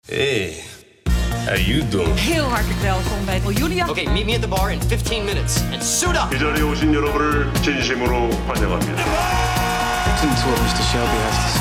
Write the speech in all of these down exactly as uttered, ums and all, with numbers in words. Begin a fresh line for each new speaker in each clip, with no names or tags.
Hey, how you doing?
Heel hartelijk welkom bij Julia.
Okay, meet me at the bar in fifteen minutes and suit up.
이 자리에 오신 여러분을 진심으로 환영합니다.
Listen to what mister Shelby has to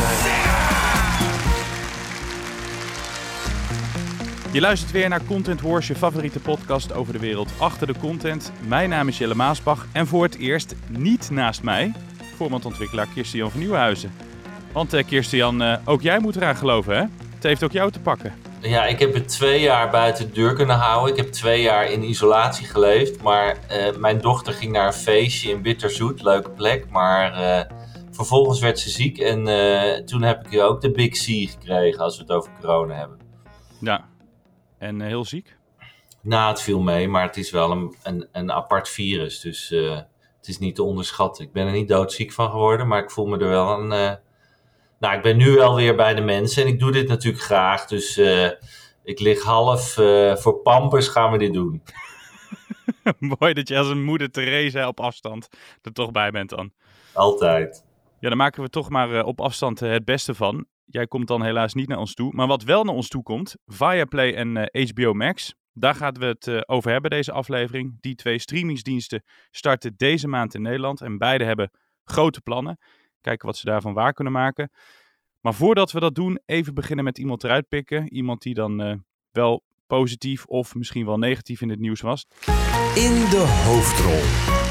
say.
Je luistert weer naar Content Wars, je favoriete podcast over de wereld achter de content. Mijn naam is Jelle Maasbach en voor het eerst niet naast mij, formaatontwikkelaar Kirstian van Nieuwenhuizen. Want uh, Kirstian, uh, ook jij moet eraan geloven, hè? Het heeft ook jou te pakken.
Ja, ik heb het twee jaar buiten de deur kunnen houden. Ik heb twee jaar in isolatie geleefd. Maar uh, mijn dochter ging naar een feestje in Bitterzoet, leuke plek. Maar uh, vervolgens werd ze ziek en uh, toen heb ik ook de Big C gekregen als we het over corona hebben.
Ja, en uh, heel ziek?
Nou, het viel mee, maar het is wel een, een, een apart virus. Dus uh, het is niet te onderschatten. Ik ben er niet doodziek van geworden, maar ik voel me er wel een... Uh, Nou, ik ben nu wel weer bij de mensen en ik doe dit natuurlijk graag. Dus uh, ik lig half uh, voor Pampers gaan we dit doen.
Mooi dat je als een moeder Theresa op afstand er toch bij bent dan.
Altijd.
Ja, dan maken we toch maar uh, op afstand uh, het beste van. Jij komt dan helaas niet naar ons toe. Maar wat wel naar ons toe komt, Viaplay en uh, H B O Max. Daar gaan we het uh, over hebben deze aflevering. Die twee streamingsdiensten starten deze maand in Nederland. En beide hebben grote plannen. Kijken wat ze daarvan waar kunnen maken. Maar voordat we dat doen, even beginnen met iemand eruit pikken. Iemand die dan uh, wel positief of misschien wel negatief in het nieuws was.
In de hoofdrol.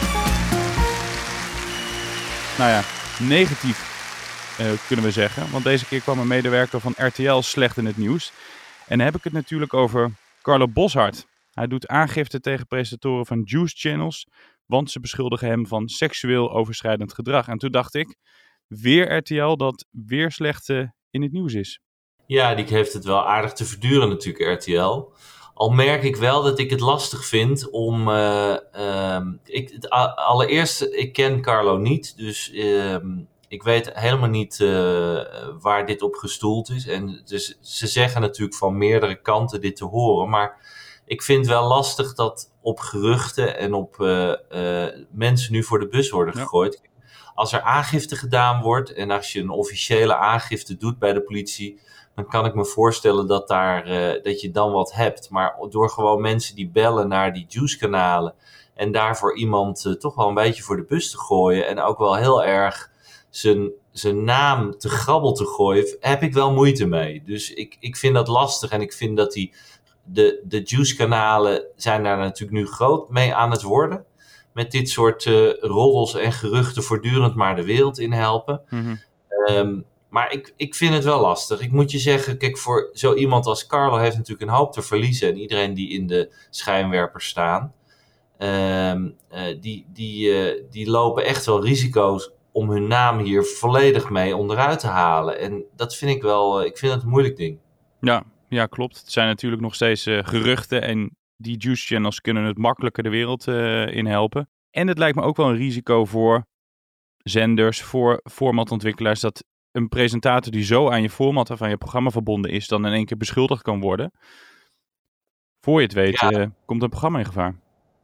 Nou ja, negatief uh, kunnen we zeggen. Want deze keer kwam een medewerker van R T L slecht in het nieuws. En dan heb ik het natuurlijk over Carlo Boszhard. Hij doet aangifte tegen presentatoren van Juice Channels. Want ze beschuldigen hem van seksueel overschrijdend gedrag. En toen dacht ik, weer R T L dat weer slecht uh, in het nieuws is.
Ja, die heeft het wel aardig te verduren natuurlijk, R T L. Al merk ik wel dat ik het lastig vind om... Uh, uh, ik, het, allereerst, ik ken Carlo niet. Dus uh, ik weet helemaal niet uh, waar dit op gestoeld is. En dus, ze zeggen natuurlijk van meerdere kanten dit te horen. Maar ik vind het wel lastig dat op geruchten en op uh, uh, mensen nu voor de bus worden gegooid. Ja. Als er aangifte gedaan wordt en als je een officiële aangifte doet bij de politie, dan kan ik me voorstellen dat, daar, uh, dat je dan wat hebt. Maar door gewoon mensen die bellen naar die Juice-kanalen en daarvoor iemand uh, toch wel een beetje voor de bus te gooien en ook wel heel erg zijn, zijn naam te grabbel te gooien, heb ik wel moeite mee. Dus ik, ik vind dat lastig en ik vind dat die, de, de Juice-kanalen zijn daar natuurlijk nu groot mee aan het worden. Met dit soort uh, roddels en geruchten voortdurend maar de wereld in helpen. Mm-hmm. Um, maar ik, ik vind het wel lastig. Ik moet je zeggen, kijk, voor zo iemand als Carlo heeft natuurlijk een hoop te verliezen. En iedereen die in de schijnwerpers staan, um, uh, die, die, uh, die lopen echt wel risico's om hun naam hier volledig mee onderuit te halen. En dat vind ik wel, uh, ik vind dat een moeilijk ding.
Ja, ja, klopt. Het zijn natuurlijk nog steeds uh, geruchten en die Juice Channels kunnen het makkelijker de wereld uh, in helpen. En het lijkt me ook wel een risico voor zenders, voor formatontwikkelaars, dat een presentator die zo aan je format of aan je programma verbonden is, dan in één keer beschuldigd kan worden. Voor je het weet, ja. uh, komt een programma in gevaar.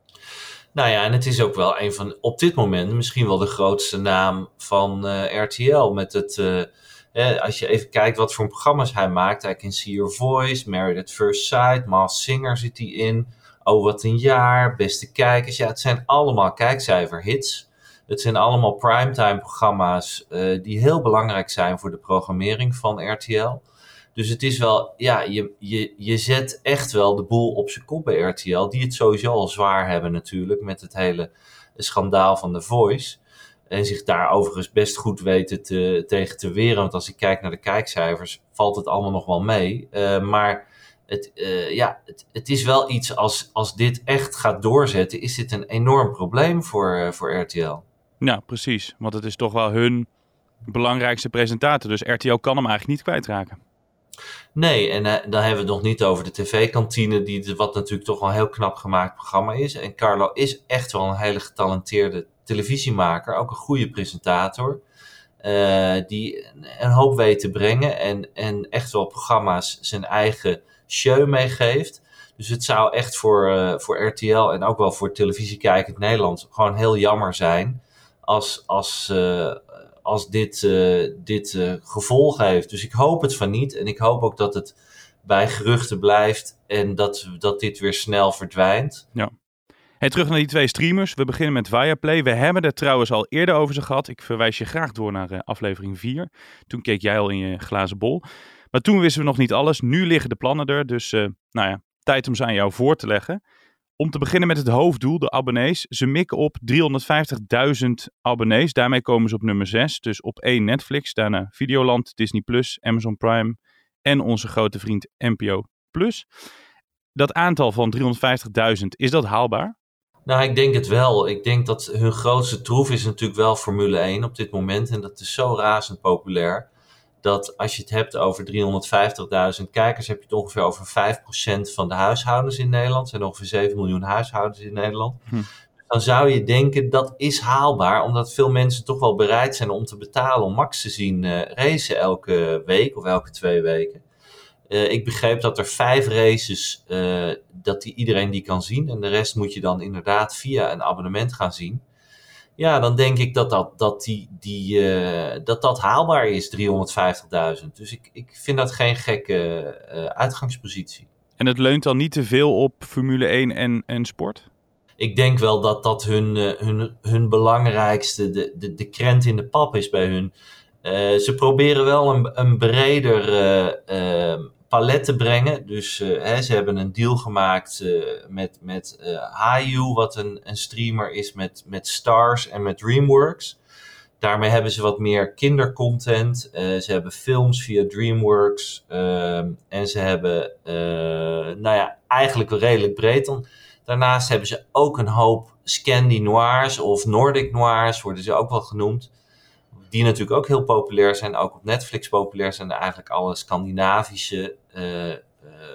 Nou ja, en het is ook wel een van, op dit moment, misschien wel de grootste naam van uh, R T L. Met het, uh, eh, als je even kijkt wat voor programma's hij maakt. I Can See Your Voice, Married at First Sight, Masked Singer zit hij in. Oh, wat een jaar, beste kijkers. Ja, het zijn allemaal kijkcijferhits. Het zijn allemaal primetime programma's uh, die heel belangrijk zijn voor de programmering van R T L. Dus het is wel, ja, je, je, je zet echt wel de boel op zijn kop bij R T L. Die het sowieso al zwaar hebben natuurlijk met het hele schandaal van The Voice. En zich daar overigens best goed weten te, tegen te weren. Want als ik kijk naar de kijkcijfers, valt het allemaal nog wel mee. Uh, maar het, uh, ja, het, het is wel iets, als, als dit echt gaat doorzetten, is dit een enorm probleem voor, uh, voor R T L.
Ja, precies. Want het is toch wel hun belangrijkste presentator. Dus R T L kan hem eigenlijk niet kwijtraken.
Nee, en uh, dan hebben we het nog niet over de tv-kantine, die, wat natuurlijk toch wel een heel knap gemaakt programma is. En Carlo is echt wel een hele getalenteerde televisiemaker, ook een goede presentator. Uh, die een hoop weet te brengen en, en echt wel programma's zijn eigen show meegeeft. Dus het zou echt voor, uh, voor R T L en ook wel voor televisiekijkend Nederland gewoon heel jammer zijn als, als, uh, als dit, uh, dit uh, gevolg heeft. Dus ik hoop het van niet en ik hoop ook dat het bij geruchten blijft en dat, dat dit weer snel verdwijnt.
Ja. Hey, terug naar die twee streamers. We beginnen met Viaplay. We hebben het trouwens al eerder over ze gehad. Ik verwijs je graag door naar uh, aflevering vier. Toen keek jij al in je glazen bol. Maar toen wisten we nog niet alles. Nu liggen de plannen er. Dus uh, nou ja, tijd om ze aan jou voor te leggen. Om te beginnen met het hoofddoel, de abonnees. Ze mikken op driehonderdvijftigduizend abonnees. Daarmee komen ze op nummer zes. Dus op één Netflix, daarna Videoland, Disney plus, Amazon Prime en onze grote vriend N P O plus. Dat aantal van driehonderdvijftigduizend, is dat haalbaar?
Nou, ik denk het wel. Ik denk dat hun grootste troef is natuurlijk wel Formule één op dit moment. En dat is zo razend populair. Dat als je het hebt over driehonderdvijftigduizend kijkers, heb je het ongeveer over vijf procent van de huishoudens in Nederland. Er zijn ongeveer zeven miljoen huishoudens in Nederland. Hm. Dan zou je denken, dat is haalbaar, omdat veel mensen toch wel bereid zijn om te betalen om Max te zien uh, racen elke week of elke twee weken. Uh, ik begreep dat er vijf races, uh, dat die, iedereen die kan zien. En de rest moet je dan inderdaad via een abonnement gaan zien. Ja, dan denk ik dat dat, dat, die, die, uh, dat, dat haalbaar is, driehonderdvijftigduizend. Dus ik, ik vind dat geen gekke uh, uitgangspositie.
En het leunt dan niet te veel op Formule één en, en sport?
Ik denk wel dat dat hun, uh, hun, hun belangrijkste, de, de, de krent in de pap is bij hun. Uh, ze proberen wel een, een breder uh, uh, palet te brengen. Dus uh, hè, ze hebben een deal gemaakt uh, met, met uh, Hayu, wat een, een streamer is met, met Stars en met DreamWorks. Daarmee hebben ze wat meer kindercontent. Uh, ze hebben films via DreamWorks. Uh, en ze hebben, uh, nou ja, eigenlijk redelijk breed. Dan. Daarnaast hebben ze ook een hoop Scandi-noirs of Nordic noirs, worden ze ook wel genoemd. Die natuurlijk ook heel populair zijn, ook op Netflix populair zijn. Eigenlijk alle Scandinavische uh, uh,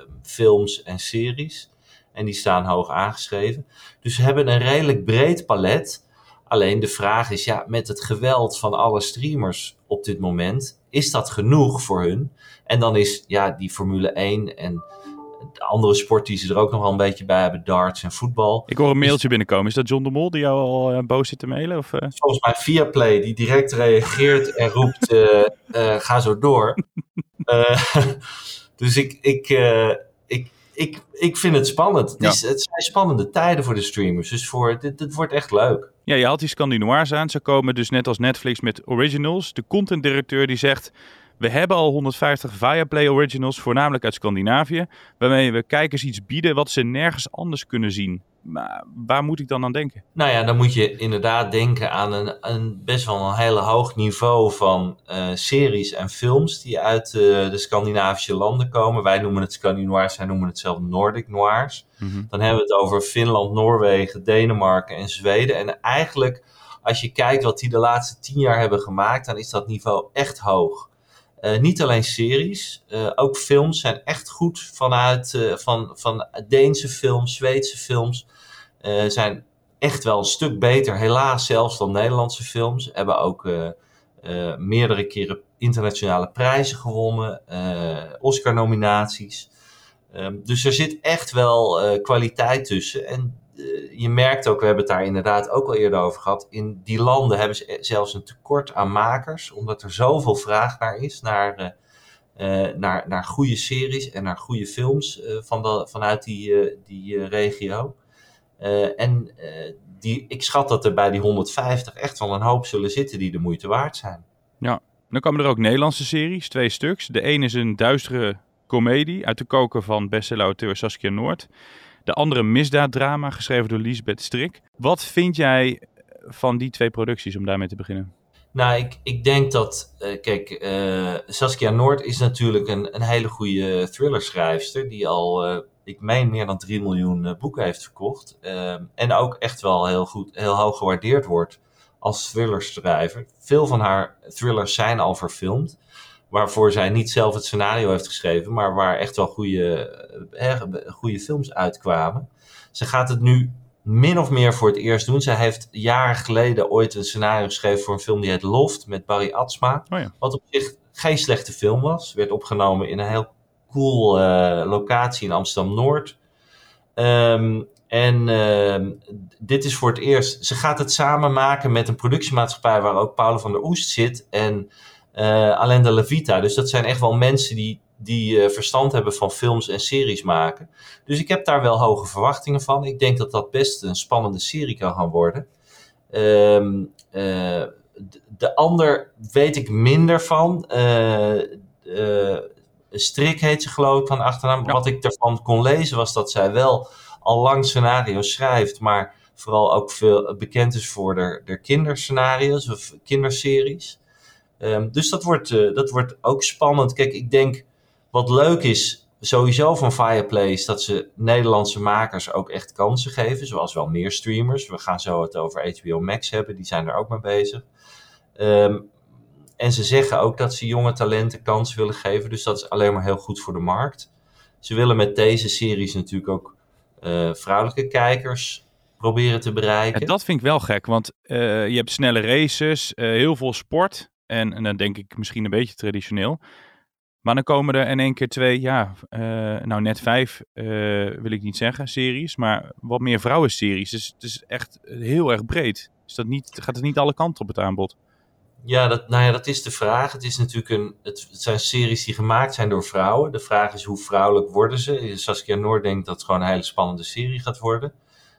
films en series. En die staan hoog aangeschreven. Dus ze hebben een redelijk breed palet. Alleen de vraag is, ja, met het geweld van alle streamers op dit moment, is dat genoeg voor hun? En dan is, ja, die Formule één en de andere sport die ze er ook nog wel een beetje bij hebben, darts en voetbal.
Ik hoor een mailtje binnenkomen. Is dat John de Mol die jou al uh, boos zit te mailen? Of, uh?
Volgens mij Viaplay, die direct reageert en roept, uh, uh, ga zo door. uh, dus ik, ik, uh, ik, ik, ik vind het spannend. Het,
ja.
is, het zijn spannende tijden voor de streamers. Dus voor, dit, dit wordt echt leuk.
Ja, je had die Scandi-noirs aan. Ze komen dus net als Netflix met originals. De contentdirecteur die zegt, we hebben al honderdvijftig Viaplay originals, voornamelijk uit Scandinavië, waarmee we kijkers iets bieden wat ze nergens anders kunnen zien. Maar waar moet ik dan aan denken?
Nou ja, dan moet je inderdaad denken aan een, een best wel een hele hoog niveau van uh, series en films die uit uh, de Scandinavische landen komen. Wij noemen het Scandi-noirs, zij noemen het zelf Nordic noirs. Mm-hmm. Dan hebben we het over Finland, Noorwegen, Denemarken en Zweden. En eigenlijk, als je kijkt wat die de laatste tien jaar hebben gemaakt, dan is dat niveau echt hoog. Uh, niet alleen series, uh, ook films zijn echt goed vanuit uh, van, van Deense films, Zweedse films. Uh, zijn echt wel een stuk beter, helaas zelfs dan Nederlandse films. Hebben ook uh, uh, meerdere keren internationale prijzen gewonnen, uh, Oscar-nominaties. Um, dus er zit echt wel uh, kwaliteit tussen. En uh, je merkt ook, we hebben het daar inderdaad ook al eerder over gehad, in die landen hebben ze zelfs een tekort aan makers, omdat er zoveel vraag naar is, naar, uh, uh, naar, naar goede series en naar goede films uh, van de, vanuit die, uh, die uh, regio. Uh, en uh, die, ik schat dat er bij die honderdvijftig echt wel een hoop zullen zitten die de moeite waard zijn.
Ja, dan komen er ook Nederlandse series, twee stuks. De een is een duistere komedie uit de koker van bestseller-auteur Saskia Noord. De andere misdaaddrama, geschreven door Liesbeth Strik. Wat vind jij van die twee producties, om daarmee te beginnen?
Nou, ik, ik denk dat, uh, kijk, uh, Saskia Noord is natuurlijk een, een hele goede thrillerschrijfster, die al, uh, ik meen, meer dan drie miljoen uh, boeken heeft verkocht. Uh, en ook echt wel heel goed, heel hoog gewaardeerd wordt als thrillerschrijver. Veel van haar thrillers zijn al verfilmd, waarvoor zij niet zelf het scenario heeft geschreven, maar waar echt wel goede, eh, goede films uitkwamen. Ze gaat het nu min of meer voor het eerst doen. Zij heeft jaren geleden ooit een scenario geschreven voor een film die heet Loft, met Barry Atsma. Oh ja. Wat op zich geen slechte film was. Werd opgenomen in een heel cool uh, locatie in Amsterdam-Noord. Um, en uh, dit is voor het eerst. Ze gaat het samen maken met een productiemaatschappij waar ook Paolo van der Oest zit en Uh, Alain de la Vita. Dus dat zijn echt wel mensen die, die uh, verstand hebben van films en series maken. Dus ik heb daar wel hoge verwachtingen van. Ik denk dat dat best een spannende serie kan gaan worden. Um, uh, de ander weet ik minder van. Uh, uh, Strik heet ze geloof ik van achternaam. Ja. Wat ik daarvan kon lezen was dat zij wel al lang scenario's schrijft, maar vooral ook veel bekend is voor de, de kinderscenario's of kinderseries. Um, dus dat wordt, uh, dat wordt ook spannend. Kijk, ik denk wat leuk is sowieso van Viaplay is dat ze Nederlandse makers ook echt kansen geven, zoals wel meer streamers. We gaan zo het over H B O Max hebben, die zijn er ook mee bezig. Um, en ze zeggen ook dat ze jonge talenten kans willen geven, dus dat is alleen maar heel goed voor de markt. Ze willen met deze series natuurlijk ook uh, vrouwelijke kijkers proberen te bereiken.
En dat vind ik wel gek, want uh, je hebt snelle races, uh, heel veel sport en, en dan denk ik misschien een beetje traditioneel. Maar dan komen er in één keer twee, ja, uh, nou net vijf uh, wil ik niet zeggen, series, maar wat meer vrouwenseries. Dus het is echt heel erg breed. Is dat niet, gaat het niet alle kanten op het aanbod?
Ja, dat, nou ja, dat is de vraag. Het is natuurlijk een, het, het zijn series die gemaakt zijn door vrouwen. De vraag is hoe vrouwelijk worden ze? Saskia Noord denkt dat het gewoon een hele spannende serie gaat worden.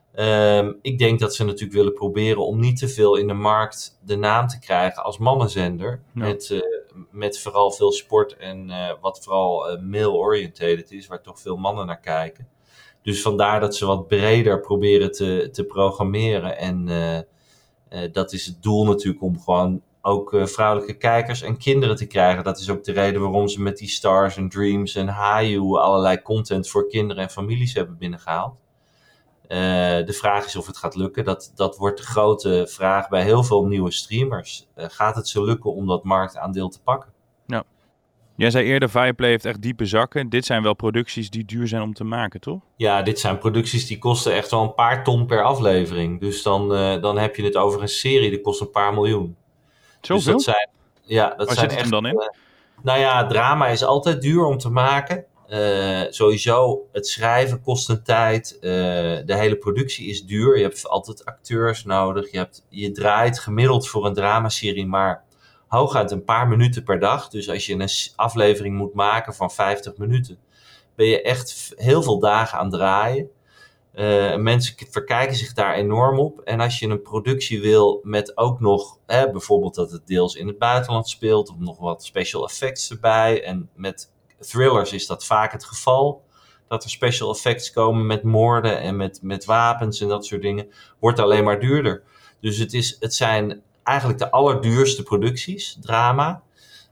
Um, ik denk dat ze natuurlijk willen proberen om niet te veel in de markt de naam te krijgen als mannenzender. Ja. Met, uh, met vooral veel sport en uh, wat vooral uh, male-oriented is, waar toch veel mannen naar kijken. Dus vandaar dat ze wat breder proberen te, te programmeren. En uh, uh, dat is het doel natuurlijk om gewoon ook uh, vrouwelijke kijkers en kinderen te krijgen. Dat is ook de reden waarom ze met die Stars and Dreams en Hayu allerlei content voor kinderen en families hebben binnengehaald. Uh, de vraag is of het gaat lukken. Dat, dat wordt de grote vraag bij heel veel nieuwe streamers. Uh, gaat het ze lukken om dat marktaandeel te pakken?
Ja. Jij zei eerder, Viaplay heeft echt diepe zakken. Dit zijn wel producties die duur zijn om te maken, toch?
Ja, dit zijn producties die kosten echt wel een paar ton per aflevering. Dus dan, uh, dan heb je het over een serie die kost een paar miljoen.
Zoveel?
Dus dat zijn, ja, dat
Waar
zijn
zit het
echt,
hem dan in?
Uh, nou ja, drama is altijd duur om te maken. Uh, sowieso, het schrijven kost een tijd. Uh, de hele productie is duur. Je hebt altijd acteurs nodig. Je, hebt, je draait gemiddeld voor een dramaserie maar hooguit een paar minuten per dag. Dus als je een aflevering moet maken van vijftig minuten, ben je echt heel veel dagen aan het draaien. Uh, mensen verkijken zich daar enorm op. En als je een productie wil met ook nog, hè, bijvoorbeeld dat het deels in het buitenland speelt, of nog wat special effects erbij. En met thrillers is dat vaak het geval. Dat er special effects komen met moorden en met, met wapens en dat soort dingen. Wordt alleen maar duurder. Dus het, is, het zijn eigenlijk de allerduurste producties, drama.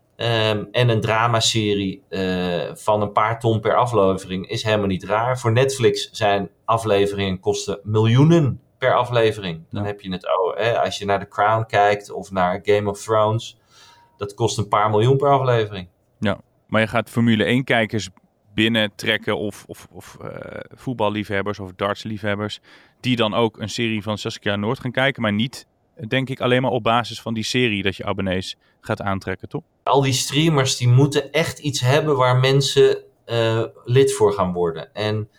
Um, en een dramaserie uh, van een paar ton per aflevering is helemaal niet raar. Voor Netflix zijn afleveringen kosten miljoenen per aflevering. Dan ja. heb je het, oh, hè, als je naar The Crown kijkt of naar Game of Thrones, dat kost een paar miljoen per aflevering.
Ja, maar je gaat Formule één kijkers binnentrekken of, of, of uh, voetballiefhebbers of dartsliefhebbers, die dan ook een serie van Saskia Noord gaan kijken, maar niet, denk ik, alleen maar op basis van die serie dat je abonnees gaat aantrekken, toch?
Al die streamers die moeten echt iets hebben waar mensen uh, lid voor gaan worden. En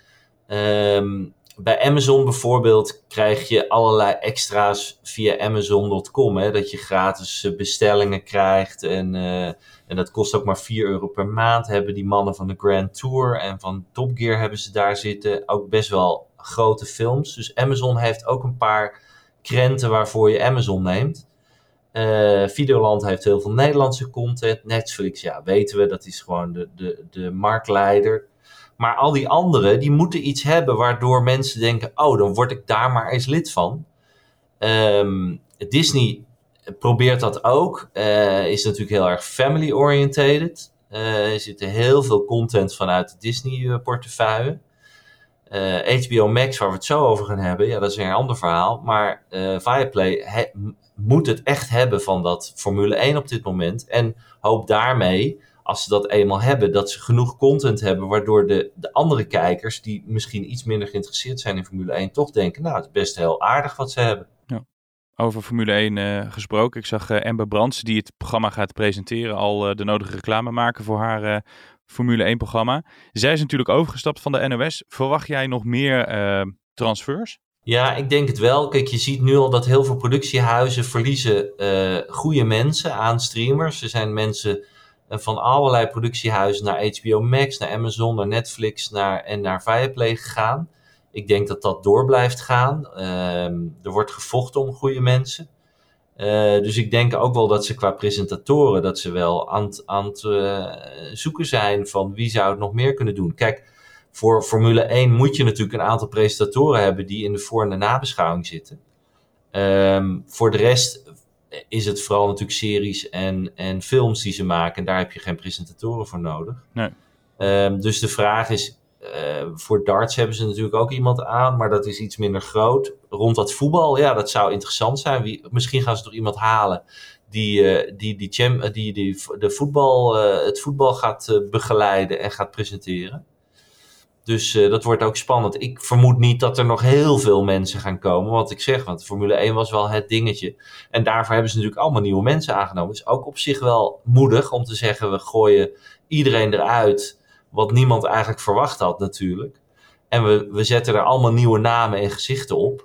um, bij Amazon bijvoorbeeld krijg je allerlei extra's via Amazon punt com. Hè, dat je gratis bestellingen krijgt. En, uh, en dat kost ook maar vier euro per maand. Hebben die mannen van de Grand Tour en van Top Gear hebben ze daar zitten. Ook best wel grote films. Dus Amazon heeft ook een paar krenten waarvoor je Amazon neemt. Uh, Videoland heeft heel veel Nederlandse content. Netflix, ja, weten we, dat is gewoon de, de, de marktleider. Maar al die anderen, die moeten iets hebben waardoor mensen denken, oh, dan word ik daar maar eens lid van. Um, Disney probeert dat ook. Uh, is natuurlijk heel erg family-oriented. Uh, er zit heel veel content vanuit de Disney-portefeuille. Uh, H B O Max, waar we het zo over gaan hebben, ja, dat is weer een ander verhaal. Maar uh, Viaplay he, moet het echt hebben van dat Formule één op dit moment. En hoop daarmee, als ze dat eenmaal hebben, dat ze genoeg content hebben, waardoor de, de andere kijkers, die misschien iets minder geïnteresseerd zijn in Formule één, toch denken, nou, het is best heel aardig wat ze hebben.
Ja. Over Formule één uh, gesproken. Ik zag uh, Amber Brandsen, die het programma gaat presenteren, al uh, de nodige reclame maken voor haar uh, Formule één programma. Zij is natuurlijk overgestapt van de N O S. Verwacht jij nog meer uh, transfers?
Ja, ik denk het wel. Kijk, je ziet nu al dat heel veel productiehuizen verliezen uh, goede mensen aan streamers. Er zijn mensen uh, van allerlei productiehuizen naar H B O Max, naar Amazon, naar Netflix naar, en naar Viaplay gegaan. Ik denk dat dat door blijft gaan. Uh, er wordt gevochten om goede mensen. Uh, dus ik denk ook wel dat ze qua presentatoren, dat ze wel aan het, aan het uh, zoeken zijn van wie zou het nog meer kunnen doen. Kijk, voor Formule één moet je natuurlijk een aantal presentatoren hebben die in de voor- en de nabeschouwing zitten. Um, voor de rest is het vooral natuurlijk series en, en films die ze maken. En daar heb je geen presentatoren voor nodig.
Nee.
Um, dus de vraag is, uh, voor darts hebben ze natuurlijk ook iemand aan, maar dat is iets minder groot. Rond dat voetbal, ja, dat zou interessant zijn. Wie, misschien gaan ze toch iemand halen die, uh, die, die, cham, uh, die, die de voetbal, uh, het voetbal gaat uh, begeleiden en gaat presenteren. Dus uh, dat wordt ook spannend. Ik vermoed niet dat er nog heel veel mensen gaan komen. Wat ik zeg, want de Formule één was wel het dingetje. En daarvoor hebben ze natuurlijk allemaal nieuwe mensen aangenomen. Dus ook op zich wel moedig om te zeggen, we gooien iedereen eruit. Wat niemand eigenlijk verwacht had natuurlijk. En we, we zetten er allemaal nieuwe namen en gezichten op.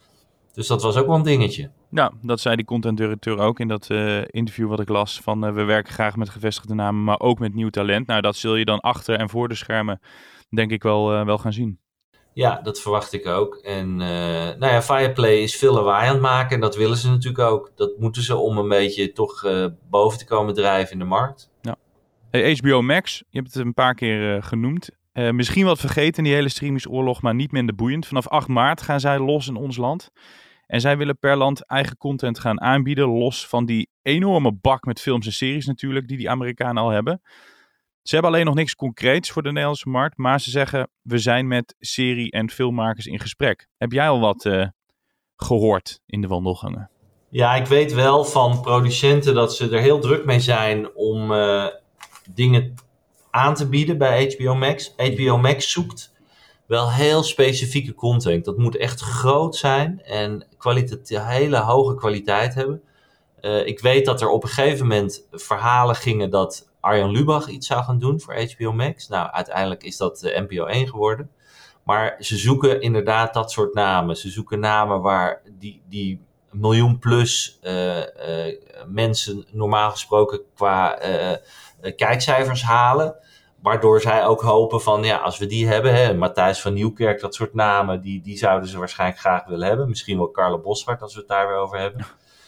Dus dat was ook wel een dingetje.
Nou, dat zei die contentdirecteur ook in dat uh, interview wat ik las. Van uh, we werken graag met gevestigde namen, maar ook met nieuw talent. Nou, dat zul je dan achter en voor de schermen denk ik wel, uh, wel gaan zien.
Ja, dat verwacht ik ook. En uh, nou ja, Viaplay is veel lawaai aan het maken. En dat willen ze natuurlijk ook. Dat moeten ze om een beetje toch uh, boven te komen drijven in de markt.
Ja. Hey, H B O Max, je hebt het een paar keer uh, genoemd. Uh, misschien wat vergeten in die hele streamingsoorlog, maar niet minder boeiend. Vanaf acht maart gaan zij los in ons land. En zij willen per land eigen content gaan aanbieden. Los van die enorme bak met films en series natuurlijk, die die Amerikanen al hebben. Ze hebben alleen nog niks concreets voor de Nederlandse markt. Maar ze zeggen, we zijn met serie- en filmmakers in gesprek. Heb jij al wat uh, gehoord in de wandelgangen?
Ja, ik weet wel van producenten dat ze er heel druk mee zijn om uh, dingen aan te bieden bij H B O Max. H B O Max zoekt wel heel specifieke content. Dat moet echt groot zijn en kwaliteit, hele hoge kwaliteit hebben. Uh, ik weet dat er op een gegeven moment verhalen gingen dat Arjan Lubach iets zou gaan doen voor H B O Max. Nou, uiteindelijk is dat uh, N P O één geworden. Maar ze zoeken inderdaad dat soort namen. Ze zoeken namen waar die, die miljoen plus uh, uh, mensen normaal gesproken qua uh, uh, kijkcijfers halen. Waardoor zij ook hopen van, ja, als we die hebben, hè, Matthijs van Nieuwkerk, dat soort namen, die, die zouden ze waarschijnlijk graag willen hebben. Misschien wel Carla Boszhard, als we het daar weer over hebben.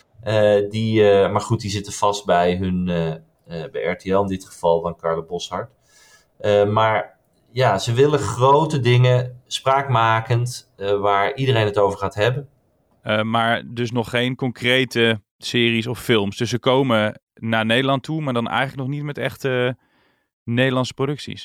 Uh, die, uh, maar goed, die zitten vast bij hun, uh, uh, bij R T L in dit geval, dan Carla Boszhard. Uh, maar ja, ze willen grote dingen, spraakmakend, uh, waar iedereen het over gaat hebben.
Uh, maar dus nog geen concrete series of films. Dus ze komen naar Nederland toe, maar dan eigenlijk nog niet met echte Nederlandse producties.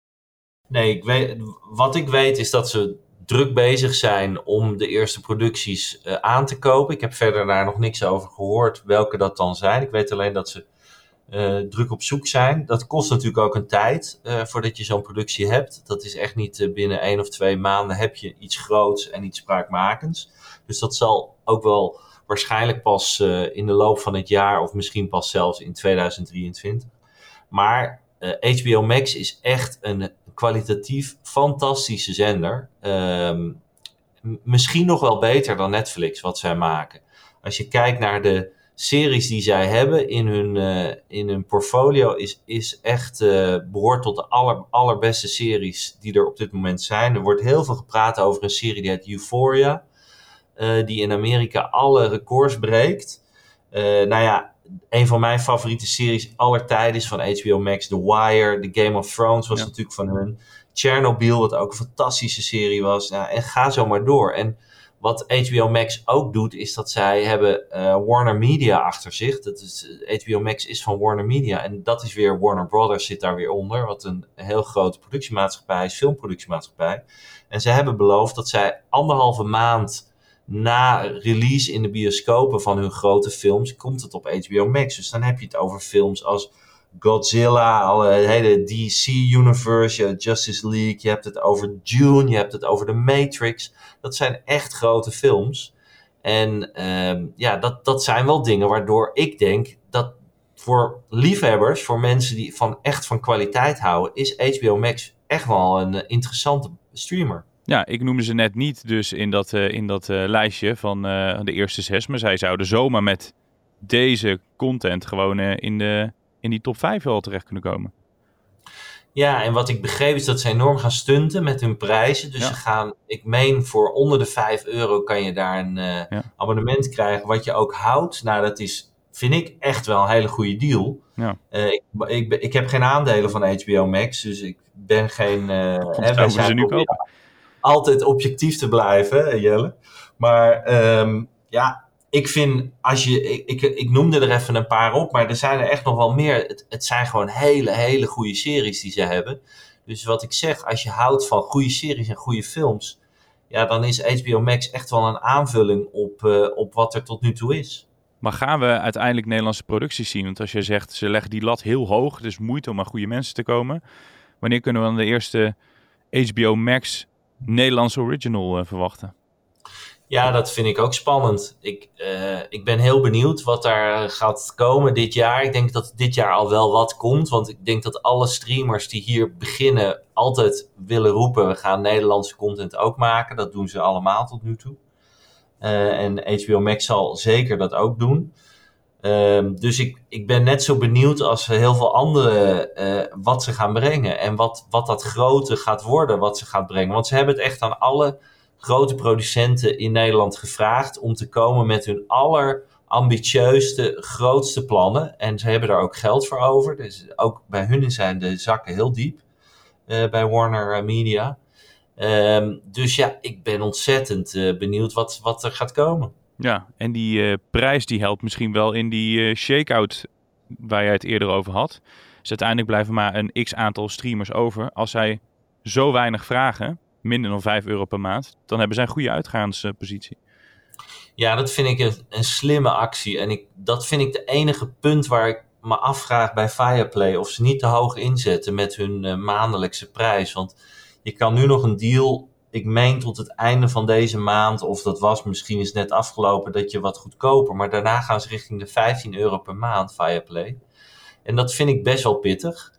Nee, ik weet, wat ik weet is dat ze druk bezig zijn om de eerste producties uh, aan te kopen. Ik heb verder daar nog niks over gehoord welke dat dan zijn. Ik weet alleen dat ze uh, druk op zoek zijn. Dat kost natuurlijk ook een tijd uh, voordat je zo'n productie hebt. Dat is echt niet uh, binnen één of twee maanden heb je iets groots en iets spraakmakends. Dus dat zal ook wel waarschijnlijk pas uh, in de loop van het jaar of misschien pas zelfs in tweeduizend drieëntwintig. Maar uh, H B O Max is echt een kwalitatief fantastische zender. Um, m- misschien nog wel beter dan Netflix wat zij maken. Als je kijkt naar de series die zij hebben in hun, uh, in hun portfolio, is, is echt uh, behoort tot de aller, allerbeste series die er op dit moment zijn. Er wordt heel veel gepraat over een serie die heet Euphoria, uh, die in Amerika alle records breekt. Uh, nou ja, een van mijn favoriete series aller tijden is van H B O Max, The Wire, The Game of Thrones was ja. natuurlijk van hun. Chernobyl, wat ook een fantastische serie was. Nou, en ga zo maar door. En wat H B O Max ook doet, is dat zij hebben uh, Warner Media achter zich. Dat is, H B O Max is van Warner Media. En dat is weer, Warner Brothers zit daar weer onder. Wat een heel grote productiemaatschappij is, filmproductiemaatschappij. En ze hebben beloofd dat zij anderhalve maand na release in de bioscopen van hun grote films, komt het op H B O Max. Dus dan heb je het over films als Godzilla, alle hele D C-universe, Justice League. Je hebt het over Dune, je hebt het over The Matrix. Dat zijn echt grote films. En um, ja, dat, dat zijn wel dingen waardoor ik denk dat voor liefhebbers, voor mensen die van echt van kwaliteit houden, is H B O Max echt wel een uh, interessante streamer.
Ja, ik noemde ze net niet dus in dat, uh, in dat uh, lijstje van uh, de eerste zes. Maar zij zouden zomaar met deze content gewoon uh, in, de, in die top vijf wel terecht kunnen komen.
Ja, en wat ik begreep is dat ze enorm gaan stunten met hun prijzen. Dus
ja.
ze gaan, ik meen voor onder de vijf euro kan je daar een uh, ja. abonnement krijgen wat je ook houdt. Nou, dat is, vind ik, echt wel een hele goede deal.
Ja.
Uh, ik, ik, ik heb geen aandelen van H B O Max, dus ik ben geen... Uh,
hè, wij zijn nu kopen.
Altijd objectief te blijven, Jelle. Maar um, ja... Ik vind, als je, ik, ik, ik noemde er even een paar op, maar er zijn er echt nog wel meer. Het, het zijn gewoon hele, hele goede series die ze hebben. Dus wat ik zeg, als je houdt van goede series en goede films, ja, dan is H B O Max echt wel een aanvulling op, uh, op wat er tot nu toe is.
Maar gaan we uiteindelijk Nederlandse producties zien? Want als je zegt, ze leggen die lat heel hoog, dus moeite om aan goede mensen te komen. Wanneer kunnen we dan de eerste H B O Max Nederlandse original uh, verwachten?
Ja, dat vind ik ook spannend. Ik, uh, ik ben heel benieuwd wat daar gaat komen dit jaar. Ik denk dat dit jaar al wel wat komt. Want ik denk dat alle streamers die hier beginnen altijd willen roepen, we gaan Nederlandse content ook maken. Dat doen ze allemaal tot nu toe. Uh, en H B O Max zal zeker dat ook doen. Uh, dus ik, ik ben net zo benieuwd als heel veel anderen uh, wat ze gaan brengen. En wat, wat dat grote gaat worden wat ze gaat brengen. Want ze hebben het echt aan alle grote producenten in Nederland gevraagd om te komen met hun allerambitieusste, grootste plannen. En ze hebben daar ook geld voor over. Dus ook bij hun zijn de zakken heel diep uh, bij Warner Media. Um, dus ja, ik ben ontzettend uh, benieuwd wat, wat er gaat komen.
Ja, en die uh, prijs die helpt misschien wel in die uh, shake-out waar jij het eerder over had. Dus uiteindelijk blijven maar een x-aantal streamers over. Als zij zo weinig vragen, minder dan vijf euro per maand, dan hebben zij een goede uitgaanspositie.
Ja, dat vind ik een, een slimme actie. En ik, dat vind ik de enige punt waar ik me afvraag bij Viaplay of ze niet te hoog inzetten met hun uh, maandelijkse prijs. Want je kan nu nog een deal, ik meen tot het einde van deze maand, of dat was misschien is net afgelopen, dat je wat goedkoper. Maar daarna gaan ze richting de vijftien euro per maand, Viaplay. En dat vind ik best wel pittig.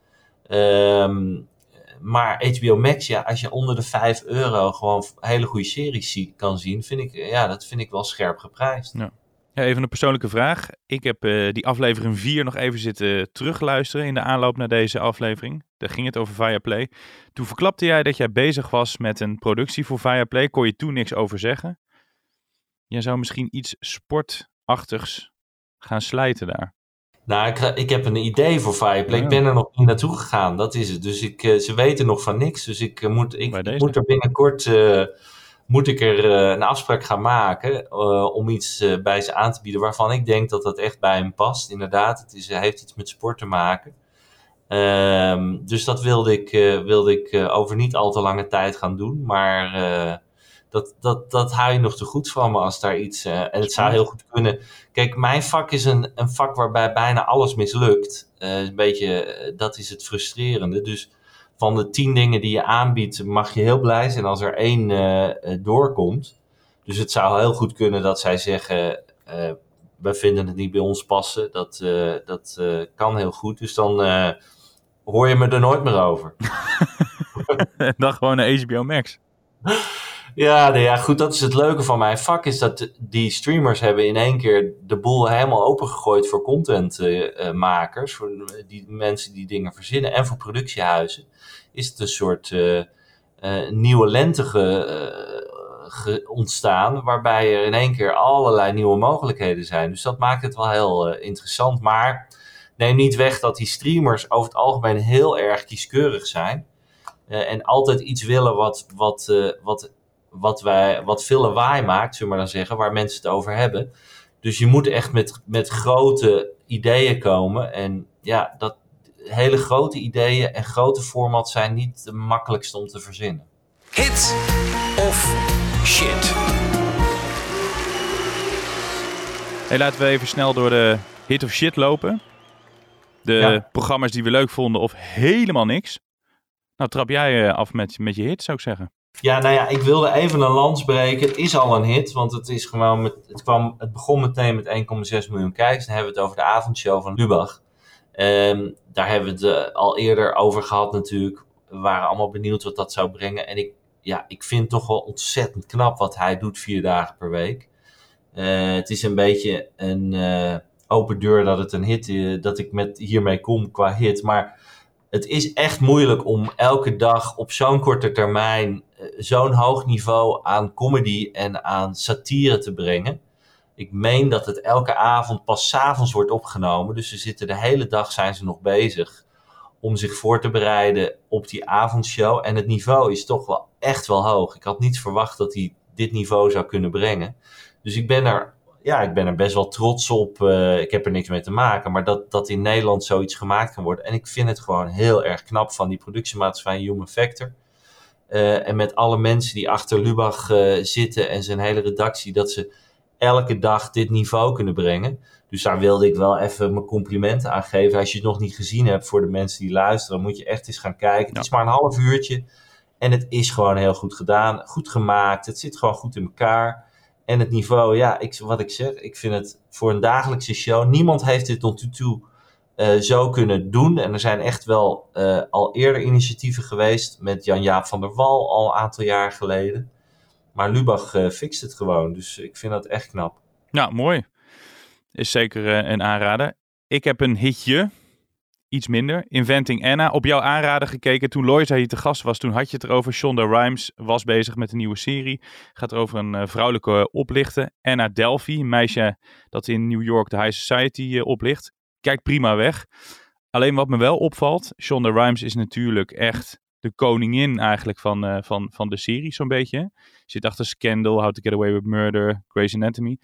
Um, maar H B O Max, ja, als je onder de vijf euro gewoon hele goede series kan zien, vind ik, ja, dat vind ik wel scherp geprijsd.
Ja. Ja, even een persoonlijke vraag. Ik heb uh, die aflevering vier nog even zitten terugluisteren in de aanloop naar deze aflevering. Daar ging het over Viaplay. Toen verklapte jij dat jij bezig was met een productie voor Viaplay. Kon je toen niks over zeggen? Jij zou misschien iets sportachtigs gaan slijten daar.
Nou, ik, ik heb een idee voor Viaplay. Ja. Ik ben er nog niet naartoe gegaan. Dat is het. Dus ik, uh, ze weten nog van niks. Dus ik, uh, moet, ik, ik moet er binnenkort uh, moet ik er uh, een afspraak gaan maken uh, om iets uh, bij ze aan te bieden waarvan ik denk dat dat echt bij hem past. Inderdaad, het is, heeft iets met sport te maken. Um, dus dat wilde ik, uh, wilde ik uh, over niet al te lange tijd gaan doen. Maar uh, dat, dat, dat hou je nog te goed van me als daar iets... Uh, en het zou heel goed kunnen. Kijk, mijn vak is een, een vak waarbij bijna alles mislukt. Uh, een beetje, uh, dat is het frustrerende. Dus van de tien dingen die je aanbiedt mag je heel blij zijn als er één uh, doorkomt. Dus het zou heel goed kunnen dat zij zeggen... Uh, wij vinden het niet bij ons passen. Dat, uh, dat uh, kan heel goed. Dus dan uh, hoor je me er nooit meer over.
Dan gewoon een H B O Max.
Ja, nou ja, goed, dat is het leuke van mijn vak. Is dat die streamers hebben in één keer de boel helemaal opengegooid voor contentmakers. Uh, voor die mensen die dingen verzinnen. En voor productiehuizen. Is het een soort uh, uh, nieuwe lente ge, uh, ge ontstaan. Waarbij er in één keer allerlei nieuwe mogelijkheden zijn. Dus dat maakt het wel heel uh, interessant. Maar neem niet weg dat die streamers over het algemeen heel erg kieskeurig zijn. Uh, en altijd iets willen wat... wat, uh, wat Wat, wij, wat veel lawaai maakt, zullen we maar dan zeggen, waar mensen het over hebben. Dus je moet echt met, met grote ideeën komen. En ja, dat hele grote ideeën en grote formats zijn niet de makkelijkste om te verzinnen.
Hit of shit?
Hey, laten we even snel door de hit of shit lopen. De ja. programma's die we leuk vonden of helemaal niks. Nou, trap jij af met, met je hit, zou ik zeggen.
Ja, nou ja, ik wilde even een lans breken. Het is al een hit, want het is gewoon met, het kwam, het begon meteen met één komma zes miljoen kijkers. Dan hebben we het over de avondshow van Lubach. Um, daar hebben we het uh, al eerder over gehad natuurlijk. We waren allemaal benieuwd wat dat zou brengen. En ik, ja, ik vind toch wel ontzettend knap wat hij doet vier dagen per week. Uh, het is een beetje een uh, open deur dat het een hit is, dat ik met hiermee kom qua hit. Maar het is echt moeilijk om elke dag op zo'n korte termijn uh, zo'n hoog niveau aan comedy en aan satire te brengen. Ik meen dat het elke avond pas 's avonds wordt opgenomen. Dus ze zitten de hele dag zijn ze nog bezig om zich voor te bereiden op die avondshow. En het niveau is toch wel echt wel hoog. Ik had niet verwacht dat hij dit niveau zou kunnen brengen. Dus ik ben er, ja, ik ben er best wel trots op. Uh, ik heb er niks mee te maken. Maar dat, dat in Nederland zoiets gemaakt kan worden. En ik vind het gewoon heel erg knap van die productiemaatschappij Human Factor. Uh, en met alle mensen die achter Lubach uh, zitten en zijn hele redactie, dat ze elke dag dit niveau kunnen brengen. Dus daar wilde ik wel even mijn complimenten aan geven. Als je het nog niet gezien hebt voor de mensen die luisteren, moet je echt eens gaan kijken. Ja. Het is maar een half uurtje en het is gewoon heel goed gedaan. Goed gemaakt, het zit gewoon goed in elkaar. En het niveau, ja, ik, wat ik zeg, ik vind het voor een dagelijkse show. Niemand heeft dit tot nu toe uh, zo kunnen doen. En er zijn echt wel uh, al eerder initiatieven geweest met Jan-Jaap van der Wal al een aantal jaar geleden. Maar Lubach uh, fixt het gewoon, dus ik vind dat echt knap.
Nou, mooi. Is zeker uh, een aanrader. Ik heb een hitje, iets minder, Inventing Anna. Op jouw aanrader gekeken toen Loisa hier te gast was. Toen had je het erover. Shonda Rhimes was bezig met een nieuwe serie. Gaat over een uh, vrouwelijke oplichter. Anna Delvey, een meisje dat in New York de High Society uh, oplicht. Kijkt prima weg. Alleen wat me wel opvalt, Shonda Rhimes is natuurlijk echt de koningin eigenlijk van, uh, van, van de serie zo'n beetje. Zit achter Scandal, How to Get Away with Murder, Grey's Anatomy.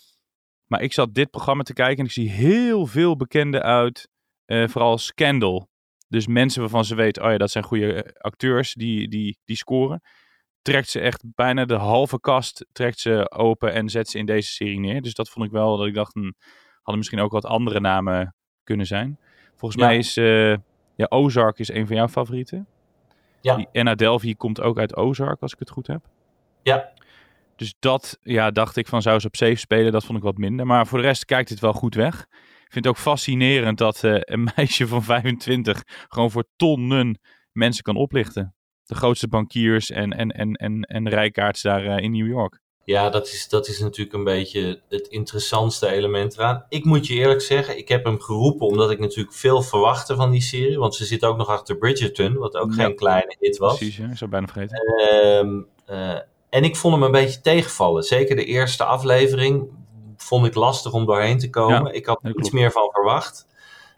Maar ik zat dit programma te kijken en ik zie heel veel bekenden uit, uh, vooral Scandal. Dus mensen waarvan ze weten, oh ja, dat zijn goede acteurs die, die, die scoren. Trekt ze echt bijna de halve kast trekt ze open en zet ze in deze serie neer. Dus dat vond ik wel, dat ik dacht, hm, hadden misschien ook wat andere namen kunnen zijn. Volgens ja. mij is, uh, ja, Ozark is een van jouw favorieten. Ja. Die Anna Delvey komt ook uit Ozark, als ik het goed heb.
Ja.
Dus dat, ja, dacht ik van, zou ze op safe spelen? Dat vond ik wat minder. Maar voor de rest kijkt het wel goed weg. Ik vind het ook fascinerend dat uh, een meisje van vijfentwintig gewoon voor tonnen mensen kan oplichten. De grootste bankiers en, en, en, en, en rijkaards daar uh, in New York.
Ja, dat is, dat is natuurlijk een beetje het interessantste element eraan. Ik moet je eerlijk zeggen, ik heb hem geroepen omdat ik natuurlijk veel verwachtte van die serie. Want ze zit ook nog achter Bridgerton, wat ook ja. geen kleine hit was.
Precies, ja, ik zou bijna vergeten.
Um, uh, en ik vond hem een beetje tegenvallen. Zeker de eerste aflevering vond ik lastig om doorheen te komen. Ja, ik had er iets meer van verwacht.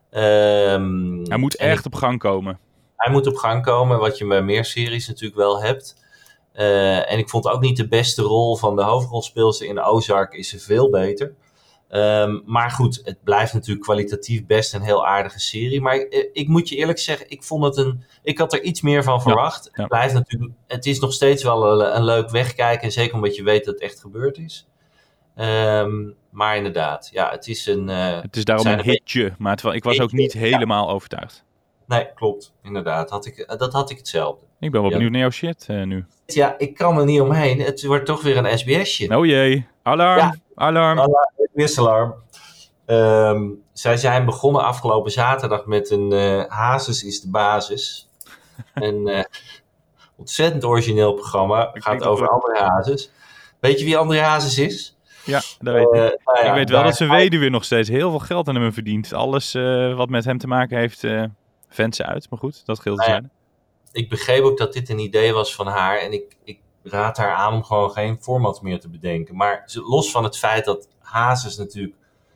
Um,
hij moet echt ik, op gang komen.
Hij moet op gang komen, wat je bij meer series natuurlijk wel hebt. Uh, en ik vond ook niet de beste rol van de hoofdrolspeelster in Ozark is ze veel beter. Um, maar goed, het blijft natuurlijk kwalitatief best een heel aardige serie. Maar ik, ik moet je eerlijk zeggen, ik vond het een, ik had er iets meer van verwacht. Ja, ja. Het blijft natuurlijk, het is nog steeds wel een, een leuk wegkijken. En zeker omdat je weet dat het echt gebeurd is. Um, maar inderdaad, ja, het is een... Uh,
het is daarom een hitje, beetje, maar het, ik was ook niet helemaal ja. overtuigd.
Nee, klopt. Inderdaad, had ik, dat had ik hetzelfde.
Ik ben wel benieuwd ja. naar jouw shit uh, nu.
Ja, ik kan er niet omheen. Het wordt toch weer een S B S-shit.
Oh jee, alarm, ja. alarm.
Alarm, S B S-alarm. Um, zij zijn begonnen afgelopen zaterdag met een uh, Hazes is de basis. Een uh, ontzettend origineel programma. Het gaat over André Hazes. Weet je wie André Hazes is?
Ja, dat weet ik. Uh, nou ja, ik weet wel dat zijn weduwe nog steeds heel veel geld aan hem verdient. Alles uh, wat met hem te maken heeft, uh, vendt ze uit. Maar goed, dat geldt te zijn.
Ik begreep ook dat dit een idee was van haar. En ik, ik raad haar aan om gewoon geen format meer te bedenken. Maar los van het feit dat Hazes natuurlijk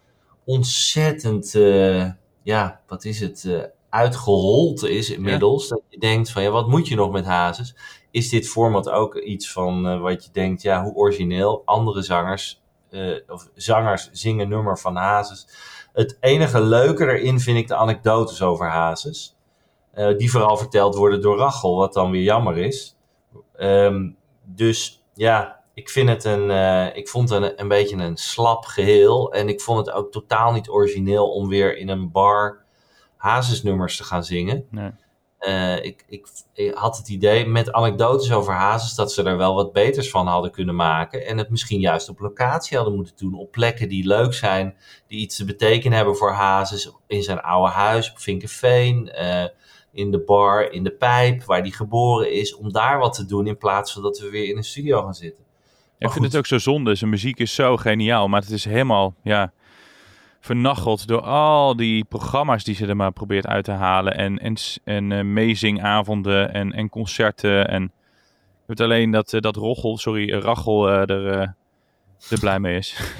ontzettend, uh, ja, wat is het, uh, uitgehold is inmiddels. Ja. Dat je denkt van, ja, wat moet je nog met Hazes? Is dit format ook iets van uh, wat je denkt, ja, hoe origineel. Andere zangers, uh, of zangers zingen nummer van Hazes. Het enige leuke erin vind ik de anekdotes over Hazes. Uh, die vooral verteld worden door Rachel, wat dan weer jammer is. Um, dus ja, ik vind het een, uh, ik vond het een, een beetje een slap geheel. En ik vond het ook totaal niet origineel om weer in een bar Hazes-nummers te gaan zingen. Nee. Uh, ik, ik, ik had het idee met anekdotes over Hazes dat ze er wel wat beters van hadden kunnen maken. En het misschien juist op locatie hadden moeten doen. Op plekken die leuk zijn, die iets te betekenen hebben voor Hazes. In zijn oude huis op Vinkenveen, uh, in de bar, in de Pijp, waar hij geboren is. Om daar wat te doen in plaats van dat we weer in een studio gaan zitten.
Ja, ik vind het ook zo zonde. Zijn muziek is zo geniaal, maar het is helemaal, ja, vernacheld door al die programma's die ze er maar probeert uit te halen. En, en, en uh, meezingavonden en, en concerten. En ik weet alleen dat, uh, dat Rochel, sorry, uh, Rachel uh, er, uh, er blij mee is.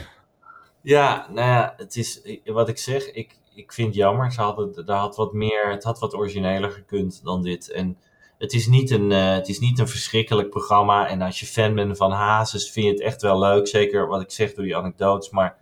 Ja, nou ja, het is wat ik zeg. Ik, ik vind het jammer. Ze hadden, daar had wat meer, het had wat origineler gekund dan dit. En het is niet een, uh, het is niet een verschrikkelijk programma. En als je fan bent van Hazes, vind je het echt wel leuk. Zeker wat ik zeg door die anekdotes. Maar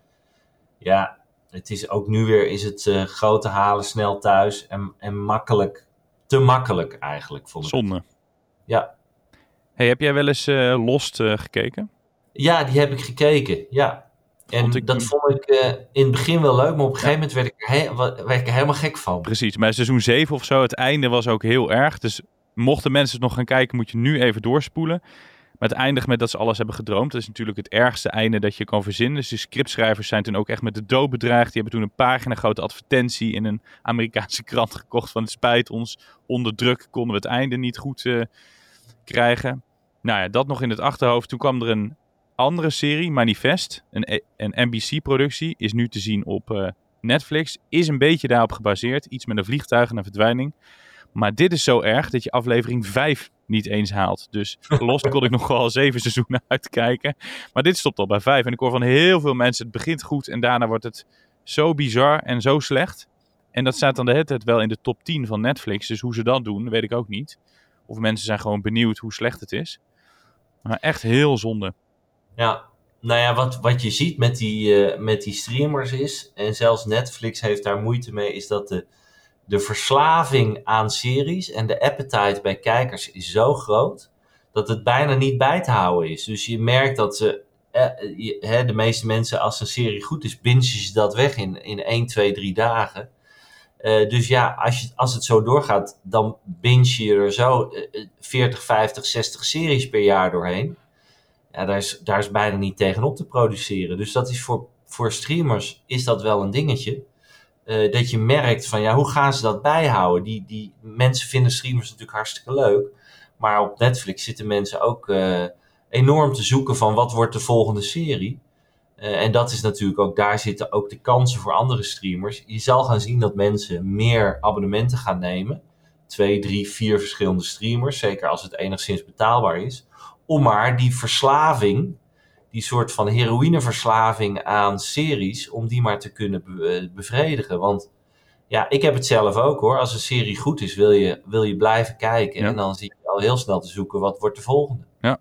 ja, het is ook nu weer is het uh, grote halen snel thuis. En, en makkelijk, te makkelijk eigenlijk, vond ik.
Zonde.
Ja.
Hey, heb jij wel eens uh, Lost uh, gekeken?
Ja, die heb ik gekeken, ja. En
Vond ik
dat
toen...
vond ik uh, in het begin wel leuk, maar op een gegeven moment werd ik, er he- werd ik er helemaal gek van.
Precies, bij seizoen zeven of zo, het einde was ook heel erg. Dus mochten mensen het nog gaan kijken, moet je nu even doorspoelen. Maar het eindigt met dat ze alles hebben gedroomd. Dat is natuurlijk het ergste einde dat je kan verzinnen. Dus de scriptschrijvers zijn toen ook echt met de dood bedreigd. Die hebben toen een pagina grote advertentie in een Amerikaanse krant gekocht van het spijt ons. Onder druk konden we het einde niet goed uh, krijgen. Nou ja, dat nog in het achterhoofd. Toen kwam er een andere serie, Manifest. Een, een N B C-productie. Is nu te zien op uh, Netflix. Is een beetje daarop gebaseerd. Iets met een vliegtuig en een verdwijning. Maar dit is zo erg dat je aflevering vijf niet eens haalt. Dus Lost kon ik nog wel zeven seizoenen uitkijken. Maar dit stopt al bij vijf. En ik hoor van heel veel mensen, het begint goed en daarna wordt het zo bizar en zo slecht. En dat staat dan de hele tijd wel in de top tien van Netflix. Dus hoe ze dat doen, weet ik ook niet. Of mensen zijn gewoon benieuwd hoe slecht het is. Maar echt heel zonde.
Ja, nou ja, wat, wat je ziet met die, uh, met die streamers is, en zelfs Netflix heeft daar moeite mee, is dat de, de verslaving aan series en de appetite bij kijkers is zo groot, dat het bijna niet bij te houden is. Dus je merkt dat ze, eh, je, hè, de meeste mensen, als een serie goed is, bingen ze dat weg in, in één, twee, drie dagen. Uh, dus ja, als, je, als het zo doorgaat, dan binge je er zo uh, veertig, vijftig, zestig series per jaar doorheen. Ja, daar is, daar is bijna niet tegenop te produceren. Dus dat is voor, voor streamers is dat wel een dingetje. Uh, dat je merkt van, ja, hoe gaan ze dat bijhouden? Die, die mensen vinden streamers natuurlijk hartstikke leuk. Maar op Netflix zitten mensen ook uh, enorm te zoeken van, wat wordt de volgende serie? Uh, en dat is natuurlijk ook, daar zitten ook de kansen voor andere streamers. Je zal gaan zien dat mensen meer abonnementen gaan nemen. Twee, drie, vier verschillende streamers. Zeker als het enigszins betaalbaar is. Om maar die verslaving, die soort van heroïneverslaving aan series, om die maar te kunnen be- bevredigen. Want ja, ik heb het zelf ook hoor. Als een serie goed is, wil je, wil je blijven kijken. Ja. En dan zit je al heel snel te zoeken, wat wordt de volgende?
Ja.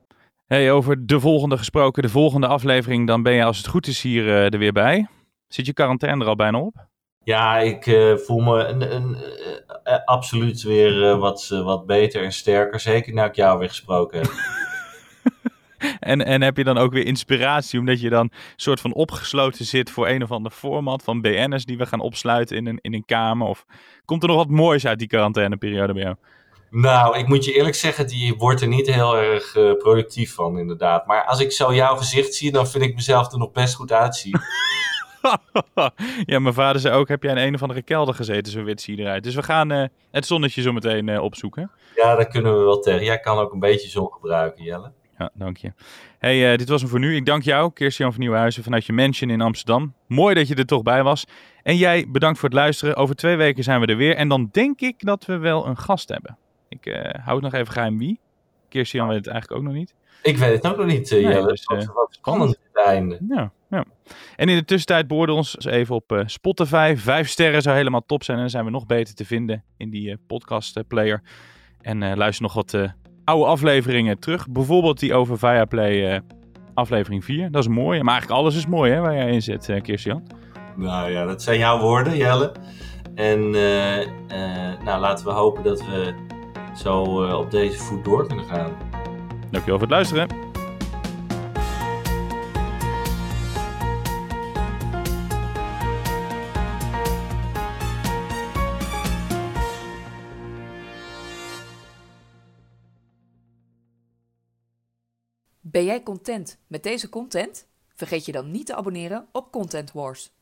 Hey, over de volgende gesproken, de volgende aflevering, dan ben je als het goed is hier uh, er weer bij. Zit je quarantaine er al bijna op?
Ja, ik uh, voel me een, een, uh, uh, absoluut weer uh, wat, uh, wat beter en sterker. Zeker nu ik jou weer gesproken heb.
en, en heb je dan ook weer inspiratie, omdat je dan soort van opgesloten zit voor een of ander format van B N'ers die we gaan opsluiten in een, in een kamer? Of komt er nog wat moois uit die quarantaineperiode bij jou?
Nou, ik moet je eerlijk zeggen, die wordt er niet heel erg uh, productief van, inderdaad. Maar als ik zo jouw gezicht zie, dan vind ik mezelf er nog best goed uitzien.
Ja, mijn vader zei ook, heb jij in een of andere kelder gezeten, zo wit zie je eruit. Dus we gaan uh, het zonnetje zo meteen uh, opzoeken.
Ja, daar kunnen we wel tegen. Jij kan ook een beetje zon gebruiken, Jelle.
Ja, dank je. Hey, uh, dit was hem voor nu. Ik dank jou, Kirst-Jan van Nieuwenhuizen, vanuit je mansion in Amsterdam. Mooi dat je er toch bij was. En jij, bedankt voor het luisteren. Over twee weken zijn we er weer. En dan denk ik dat we wel een gast hebben. Ik uh, hou het nog even geheim wie. Kirst-Jan weet het eigenlijk ook nog niet.
Ik weet het ook nog niet, uh, Jelle. Nee, dus, uh, wat spannend het einde.
Ja, ja. En in de tussentijd beoordeel ons even op uh, Spotify. Vijf sterren zou helemaal top zijn. En dan zijn we nog beter te vinden in die uh, podcast uh, player. En uh, luister nog wat uh, oude afleveringen terug. Bijvoorbeeld die over Viaplay uh, aflevering vier. Dat is mooi. Maar eigenlijk alles is mooi hè, waar jij in zit, uh, Kirst-Jan.
Nou ja, dat zijn jouw woorden, Jelle. En uh, uh, nou, laten we hopen dat we zo uh, op deze voet door kunnen gaan.
Dankjewel voor het luisteren.
Ben jij content met deze content? Vergeet je dan niet te abonneren op Content Wars.